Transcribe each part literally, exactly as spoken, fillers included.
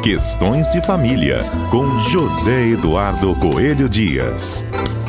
Questões de Família, com José Eduardo Coelho Dias.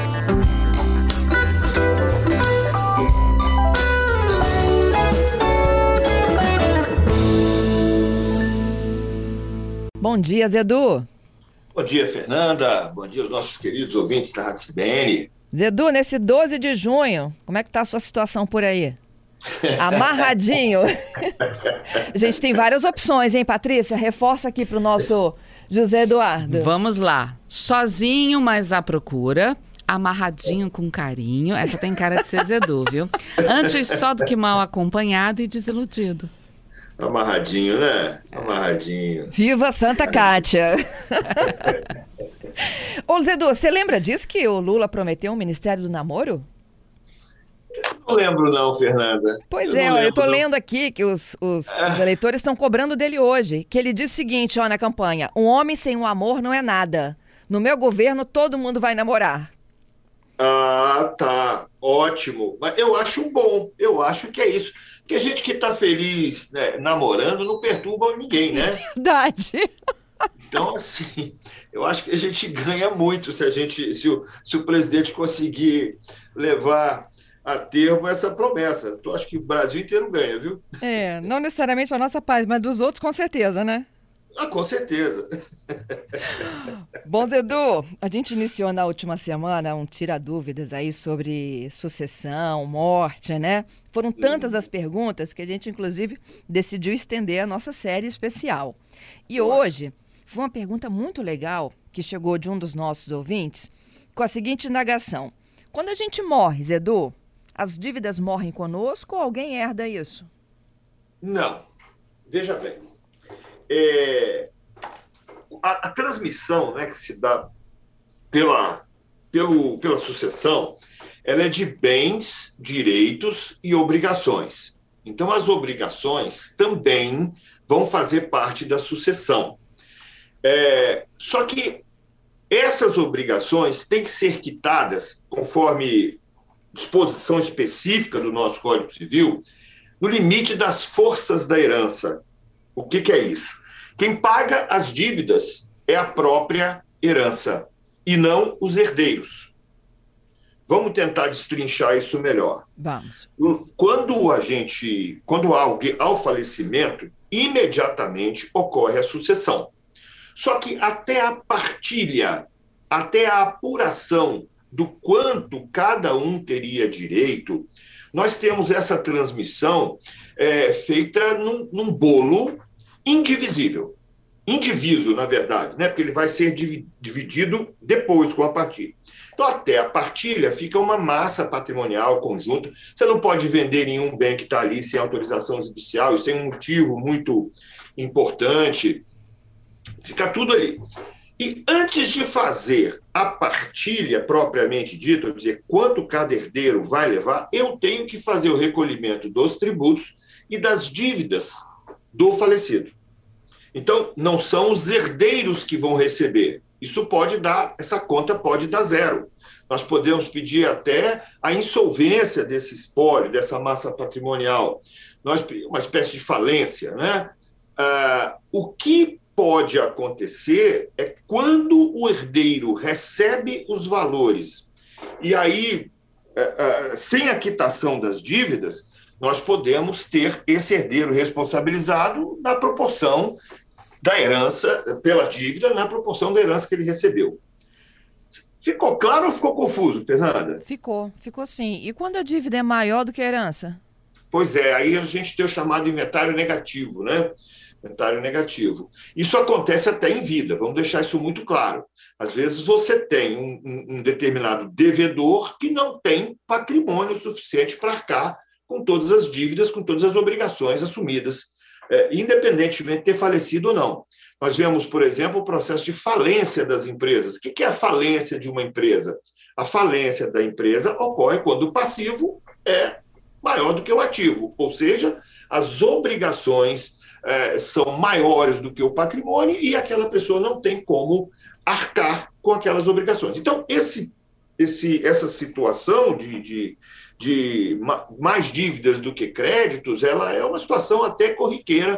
Bom dia, Zedu. Bom dia, Fernanda. Bom dia aos nossos queridos ouvintes da Rádio C B N. Zedu, nesse doze de junho, como é que está a sua situação por aí? Amarradinho. A gente tem várias opções, hein, Patrícia? Reforça aqui para o nosso José Eduardo. Vamos lá. Sozinho, mas à procura. Amarradinho com carinho. Essa tem cara de ser Zedu, viu? Antes só do que mal acompanhado e desiludido. Amarradinho, né? Amarradinho. Viva Santa Cátia! Ô, Zedu, você lembra disso que o Lula prometeu um Ministério do Namoro? Não lembro não, Fernanda. Pois eu é, ó, eu tô não. lendo aqui que os, os, é. os eleitores estão cobrando dele hoje, que ele diz o seguinte, ó, na campanha: um homem sem um amor não é nada. No meu governo, todo mundo vai namorar. Ah, tá. Ótimo. Mas eu acho bom. Eu acho que é isso. Porque a gente que tá feliz, né, namorando não perturba ninguém, né? Verdade. Então, assim, eu acho que a gente ganha muito se, a gente, se, o, se o presidente conseguir levar a termo essa promessa. Eu acho que o Brasil inteiro ganha, viu? É, não necessariamente a nossa paz, mas dos outros com certeza, né? Ah, com certeza. Bom, Zedu, a gente iniciou na última semana um tira-dúvidas aí sobre sucessão, morte, né? Foram tantas as perguntas que a gente, inclusive, decidiu estender a nossa série especial. E hoje foi uma pergunta muito legal que chegou de um dos nossos ouvintes com a seguinte indagação: quando a gente morre, Zedu, as dívidas morrem conosco ou alguém herda isso? Não. Veja bem. É, a, a transmissão, né, que se dá pela, pelo, pela sucessão, ela é de bens, direitos e obrigações. Então, as obrigações também vão fazer parte da sucessão. É, só que essas obrigações têm que ser quitadas, conforme disposição específica do nosso Código Civil, no limite das forças da herança. O que, que é isso? Quem paga as dívidas é a própria herança e não os herdeiros. Vamos tentar destrinchar isso melhor. Vamos. Quando a gente, quando há o falecimento, imediatamente ocorre a sucessão. Só que até a partilha, até a apuração do quanto cada um teria direito, nós temos essa transmissão é, feita num, num bolo indivisível. Indiviso, na verdade, né? Porque ele vai ser dividido depois com a partilha. Então, até a partilha fica uma massa patrimonial conjunta. Você não pode vender nenhum bem que está ali sem autorização judicial e sem um motivo muito importante. Fica tudo ali. E antes de fazer a partilha propriamente dita, ou dizer quanto cada herdeiro vai levar, eu tenho que fazer o recolhimento dos tributos e das dívidas do falecido. Então, não são os herdeiros que vão receber. Isso pode dar, essa conta pode dar zero. Nós podemos pedir até a insolvência desse espólio, dessa massa patrimonial. Nós, uma espécie de falência, né? Ah, o que pode acontecer é quando o herdeiro recebe os valores e aí, sem a quitação das dívidas, nós podemos ter esse herdeiro responsabilizado na proporção da herança, pela dívida, na proporção da herança que ele recebeu. Ficou claro ou ficou confuso, Fernanda? Ficou, ficou sim. E quando a dívida é maior do que a herança? Pois é, aí a gente tem o chamado inventário negativo, né? Inventário negativo. Isso acontece até em vida, vamos deixar isso muito claro. Às vezes você tem um, um, um determinado devedor que não tem patrimônio suficiente para arcar com todas as dívidas, com todas as obrigações assumidas, é, independentemente de ter falecido ou não. Nós vemos, por exemplo, o processo de falência das empresas. O que é a falência de uma empresa? A falência da empresa ocorre quando o passivo é maior do que o ativo, ou seja, as obrigações é, são maiores do que o patrimônio e aquela pessoa não tem como arcar com aquelas obrigações. Então, esse, esse, essa situação de, de, de mais dívidas do que créditos, ela é uma situação até corriqueira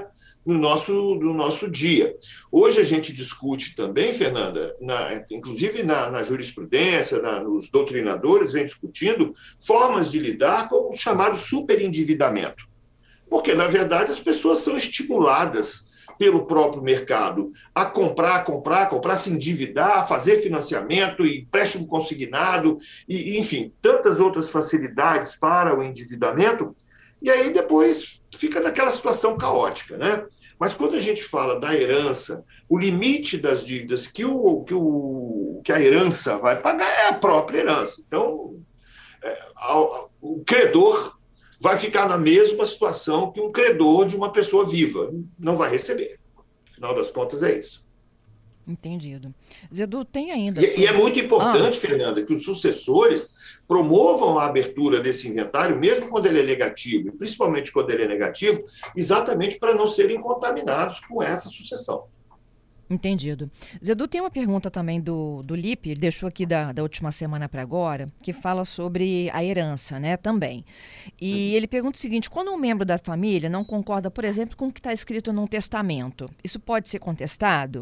no nosso, no nosso dia. Hoje a gente discute também, Fernanda, na, inclusive na, na jurisprudência, na, nos doutrinadores, vem discutindo formas de lidar com o chamado superendividamento. Porque, na verdade, as pessoas são estimuladas pelo próprio mercado a comprar, comprar, comprar, se endividar, fazer financiamento, empréstimo consignado, e, enfim, tantas outras facilidades para o endividamento, e aí depois fica naquela situação caótica, né? Mas quando a gente fala da herança, o limite das dívidas que, o, que, o, que a herança vai pagar é a própria herança. Então, é, ao, o credor vai ficar na mesma situação que um credor de uma pessoa viva. Não vai receber. Afinal das contas, é isso. Entendido. Zedu, tem ainda... E, sobre... e é muito importante, ah. Fernanda, que os sucessores promovam a abertura desse inventário, mesmo quando ele é negativo, e principalmente quando ele é negativo, exatamente para não serem contaminados com essa sucessão. Entendido. Zedu, tem uma pergunta também do, do Lipe, ele deixou aqui da, da última semana para agora, que fala sobre a herança, né, também. E ele pergunta o seguinte: quando um membro da família não concorda, por exemplo, com o que está escrito num testamento, isso pode ser contestado?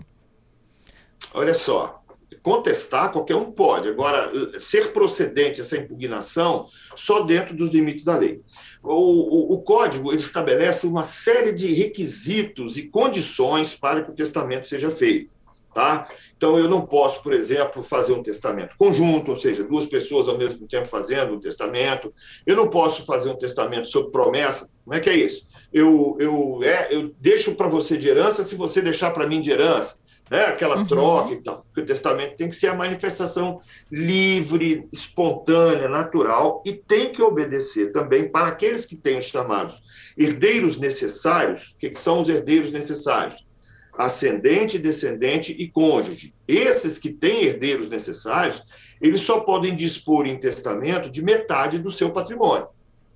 Olha só, contestar qualquer um pode. Agora, ser procedente essa impugnação só dentro dos limites da lei. O, o, o Código ele estabelece uma série de requisitos e condições para que o testamento seja feito. Tá? Então, eu não posso, por exemplo, fazer um testamento conjunto, ou seja, duas pessoas ao mesmo tempo fazendo um testamento. Eu não posso fazer um testamento sob promessa. Como é que é isso? Eu, eu, é, eu deixo para você de herança se você deixar para mim de herança. Né, aquela uhum. troca e tal, porque o testamento tem que ser a manifestação livre, espontânea, natural, e tem que obedecer também para aqueles que têm os chamados herdeiros necessários. O que, que são os herdeiros necessários? Ascendente, descendente e cônjuge. Esses que têm herdeiros necessários, eles só podem dispor em testamento de metade do seu patrimônio.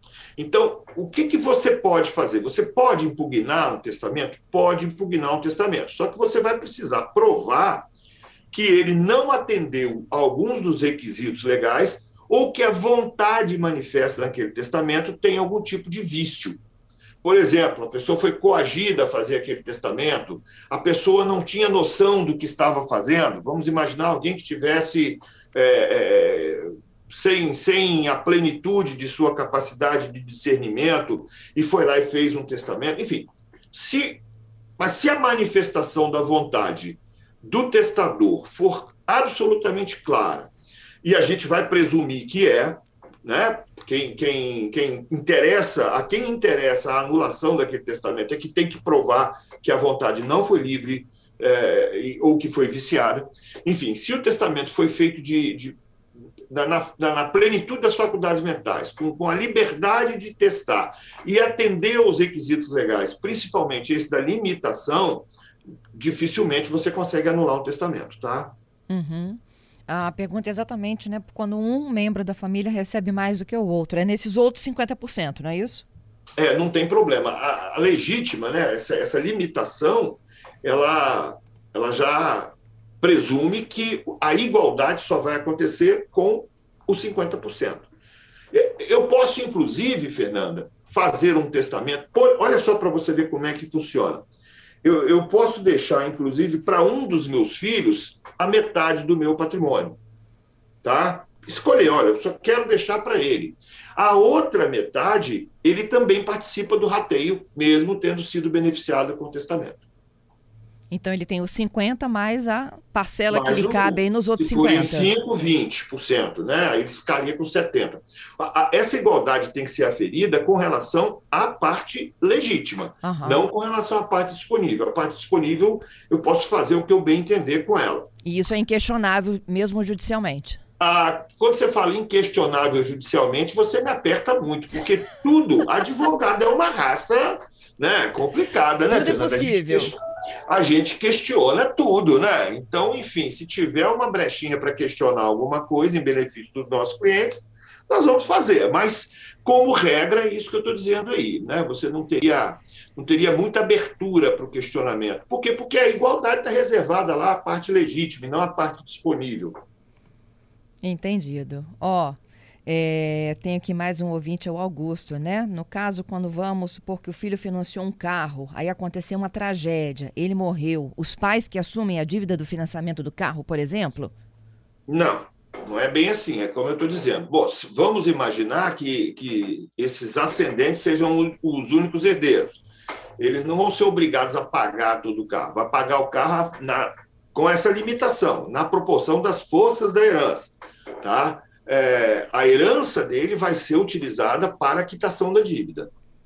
Então, o que, que você pode fazer? Você pode impugnar um testamento? Pode impugnar um testamento. Só que você vai precisar provar que ele não atendeu a alguns dos requisitos legais ou que a vontade manifesta naquele testamento tem algum tipo de vício. Por exemplo, a pessoa foi coagida a fazer aquele testamento, a pessoa não tinha noção do que estava fazendo. Vamos imaginar alguém que tivesse... É, é, Sem, sem a plenitude de sua capacidade de discernimento, e foi lá e fez um testamento, enfim. Se, mas se a manifestação da vontade do testador for absolutamente clara, e a gente vai presumir que é, né, quem, quem, quem interessa, a quem interessa a anulação daquele testamento é que tem que provar que a vontade não foi livre é, ou que foi viciada. Enfim, se o testamento foi feito de... de Na, na, na plenitude das faculdades mentais, com, com a liberdade de testar e atender aos requisitos legais, principalmente esse da limitação, dificilmente você consegue anular um testamento, tá? Uhum. A pergunta é exatamente, né, quando um membro da família recebe mais do que o outro, é nesses outros cinquenta por cento, não é isso? É, não tem problema. A, a legítima, né, essa, essa limitação, ela, ela já... presume que a igualdade só vai acontecer com os cinquenta por cento. Eu posso, inclusive, Fernanda, fazer um testamento. Olha só para você ver como é que funciona. Eu, eu posso deixar, inclusive, para um dos meus filhos a metade do meu patrimônio. Tá? Escolher, olha, eu só quero deixar para ele. A outra metade, ele também participa do rateio, mesmo tendo sido beneficiado com o testamento. Então, ele tem os cinquenta mais a parcela mais que lhe o, cabe aí nos outros se cinquenta. Se cinco, vinte por cento, né? Aí ele ficaria com setenta por cento. Essa igualdade tem que ser aferida com relação à parte legítima, uhum. não com relação à parte disponível. A parte disponível, eu posso fazer o que eu bem entender com ela. E isso é inquestionável mesmo judicialmente? Ah, quando você fala inquestionável judicialmente, você me aperta muito, porque tudo, advogado é uma raça, né, complicada, né, tudo Fernanda? É possível. A gente questiona tudo, né? Então, enfim, se tiver uma brechinha para questionar alguma coisa em benefício dos nossos clientes, nós vamos fazer. Mas, como regra, é isso que eu estou dizendo aí, né? Você não teria, não teria muita abertura para o questionamento. Por quê? Porque a igualdade está reservada lá à parte legítima e não à parte disponível. Entendido. Ó, É, tem aqui mais um ouvinte, é o Augusto, né? No caso, quando vamos supor que o filho financiou um carro, aí aconteceu uma tragédia, ele morreu, os pais que assumem a dívida do financiamento do carro, por exemplo? Não, não é bem assim, é como eu estou dizendo. Bom, vamos imaginar que, que esses ascendentes sejam os únicos herdeiros. Eles não vão ser obrigados a pagar todo o carro, vai pagar o carro na, com essa limitação, na proporção das forças da herança, tá? É, a herança dele vai ser utilizada para a quitação da dívida.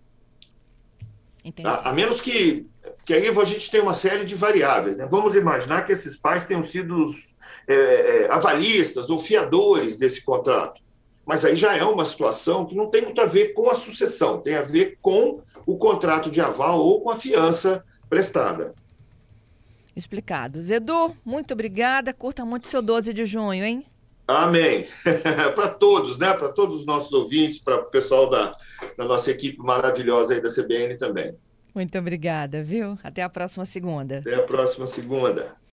Tá? A menos que, que aí a gente tem uma série de variáveis, né? Vamos imaginar que esses pais tenham sido é, é, avalistas ou fiadores desse contrato. Mas aí já é uma situação que não tem muito a ver com a sucessão, tem a ver com o contrato de aval ou com a fiança prestada. Explicado. Zedu, muito obrigada. Curta muito seu doze de junho, hein? Amém. Para todos, né? Para todos os nossos ouvintes, para o pessoal da, da nossa equipe maravilhosa aí da C B N também. Muito obrigada, viu? Até a próxima segunda. Até a próxima segunda.